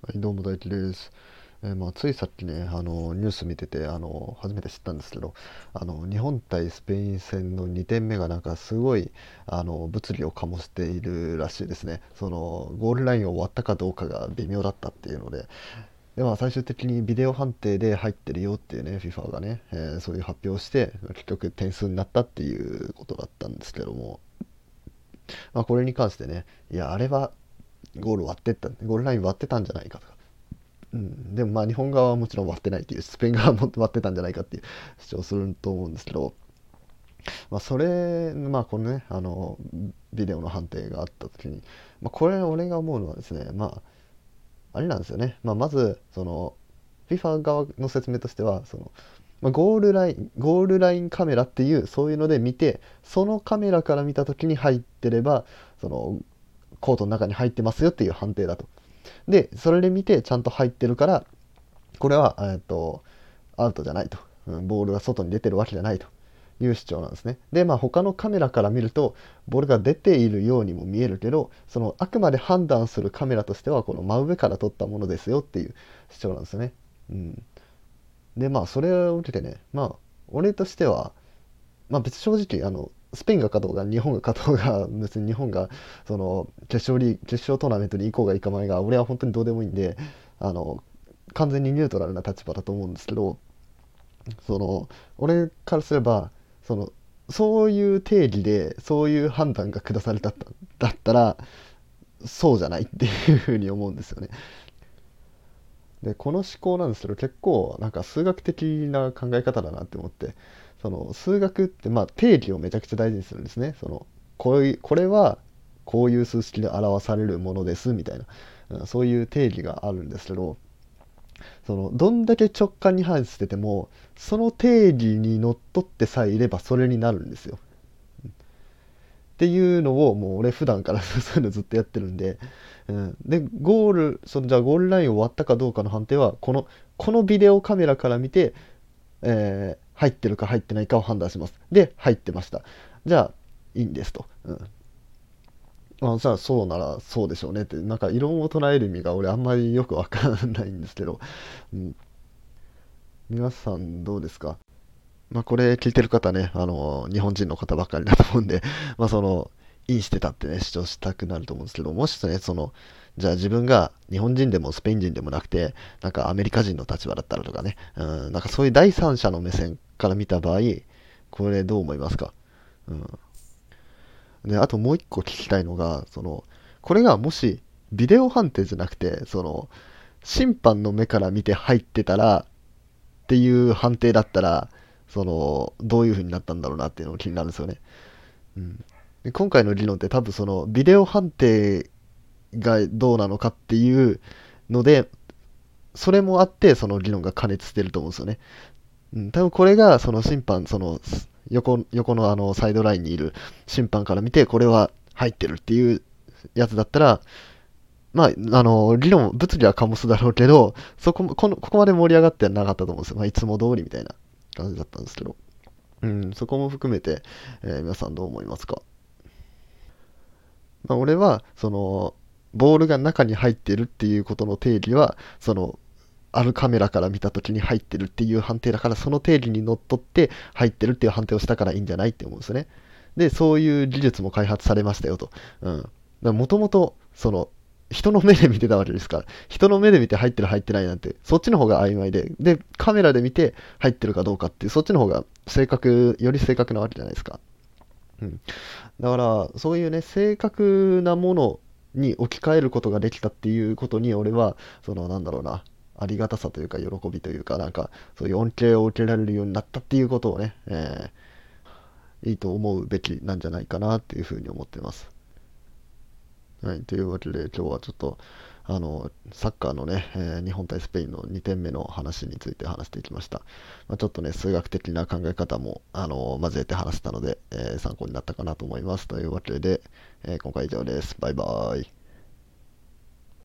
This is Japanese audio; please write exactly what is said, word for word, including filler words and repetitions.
はい、どうも大輝です。えーまあ、ついさっきね、あのニュース見てて、あの初めて知ったんですけど、あの日本対スペイン戦のにてんめがなんかすごいあの物議を醸しているらしいですね。そのゴールラインを割ったかどうかが微妙だったっていうので、で、まあ、最終的にビデオ判定で入ってるよっていうね、FIFA がね、えーそういう発表をして、結局点数になったっていうことだったんですけども、まあ、これに関してね、いや、あれはゴール割ってった、ゴールライン割ってたんじゃないかとか、うん、でもまあ日本側はもちろん割ってないっていう、スペイン側も割ってたんじゃないかっていう主張すると思うんですけど、まあ、それ、まあこのね、あのビデオの判定があった時に、まあ、これ俺が思うのはですね、まああれなんですよね、まあ、まずその FIFA 側の説明としては、その、まあ、ゴールラインゴールラインカメラっていうそういうので見て、そのカメラから見た時に入ってれば、そのコートの中に入ってますよっていう判定だと。でそれで見てちゃんと入ってるから、これは、えー、とアウトじゃないと、うん、ボールが外に出てるわけじゃないという主張なんですね。で、まあ、他のカメラから見るとボールが出ているようにも見えるけど、そのあくまで判断するカメラとしてはこの真上から撮ったものですよっていう主張なんですよね。うん、で、まあそれを受けてね、まあ俺としては、まあ別に正直あのスペインが勝とうが日本が勝とうが、別に日本がその決勝リ決勝トーナメントに行こうが行かまいが俺は本当にどうでもいいんで、あの完全にニュートラルな立場だと思うんですけど、その俺からすれば、そのそういう定義でそういう判断が下されただったら、そうじゃないっていうふうに思うんですよね。でこの思考なんですけど、結構なんか数学的な考え方だなって思って、その数学ってまあ定義をめちゃくちゃ大事にするんですね。そのこういうこれはこういう数式で表されるものですみたいな、うん、そういう定義があるんですけど、そのどんだけ直感に反してても、その定義にのっとってさえいればそれになるんですよ。っていうのをもう俺普段からそういうのずっとやってるんで、うん、でゴールそのじゃあゴールラインを割ったかどうかの判定はこのこのビデオカメラから見て、えー入ってるか入ってないかを判断します。で入ってました、じゃあいいんですと、うん、あ、じゃあそうならそうでしょうねって、なんか異論を唱える意味が俺あんまりよくわからないんですけど、うん、皆さんどうですか？まあ、これ聞いてる方ね、あの、日本人の方ばっかりだと思うんで、まあ、その、インしてたってね、主張したくなると思うんですけど、もしね、その、じゃあ自分が日本人でもスペイン人でもなくて、なんかアメリカ人の立場だったらとかね、うん、なんかそういう第三者の目線から見た場合、これどう思いますか？うん。で、あともう一個聞きたいのが、その、これがもし、ビデオ判定じゃなくて、その、審判の目から見て入ってたら、っていう判定だったら、その、どういう風になったんだろうなっていうのが気になるんですよね。うん。で今回の理論って多分その、ビデオ判定がどうなのかっていうので、それもあって、その議論が過熱してると思うんですよね。うん、多分これが、その審判、その、横、横のあの、サイドラインにいる審判から見て、これは入ってるっていうやつだったら、まあ、あの、議論、物理は醸すだろうけど、そこも、この、ここまで盛り上がってはなかったと思うんですよ。まあ、いつも通りみたいな感じだったんですけど。うん、そこも含めて、えー皆さんどう思いますか？まあ、俺は、その、ボールが中に入ってるっていうことの定義は、その、あるカメラから見た時に入ってるっていう判定だから、その定義にのっとって入ってるっていう判定をしたからいいんじゃないって思うんですよね。で、そういう技術も開発されましたよと。うん。もともと、その、人の目で見てたわけですから、人の目で見て入ってる入ってないなんて、そっちの方が曖昧で、で、カメラで見て入ってるかどうかっていう、そっちの方が正確、より正確なわけじゃないですか。うん。だから、そういうね、正確なものに置き換えることができたっていうことに、俺は、その、なんだろうな、ありがたさというか、喜びというか、なんか、そういう恩恵を受けられるようになったっていうことをね、えーいいと思うべきなんじゃないかなっていうふうに思ってます。はい、というわけで、今日はちょっと、あの、サッカーのね、えー日本対スペインのにてんめの話について話していきました。まあ、ちょっとね、数学的な考え方も、あの、交えて話したので、えー参考になったかなと思います。というわけで、えー今回は以上です。バイバーイ。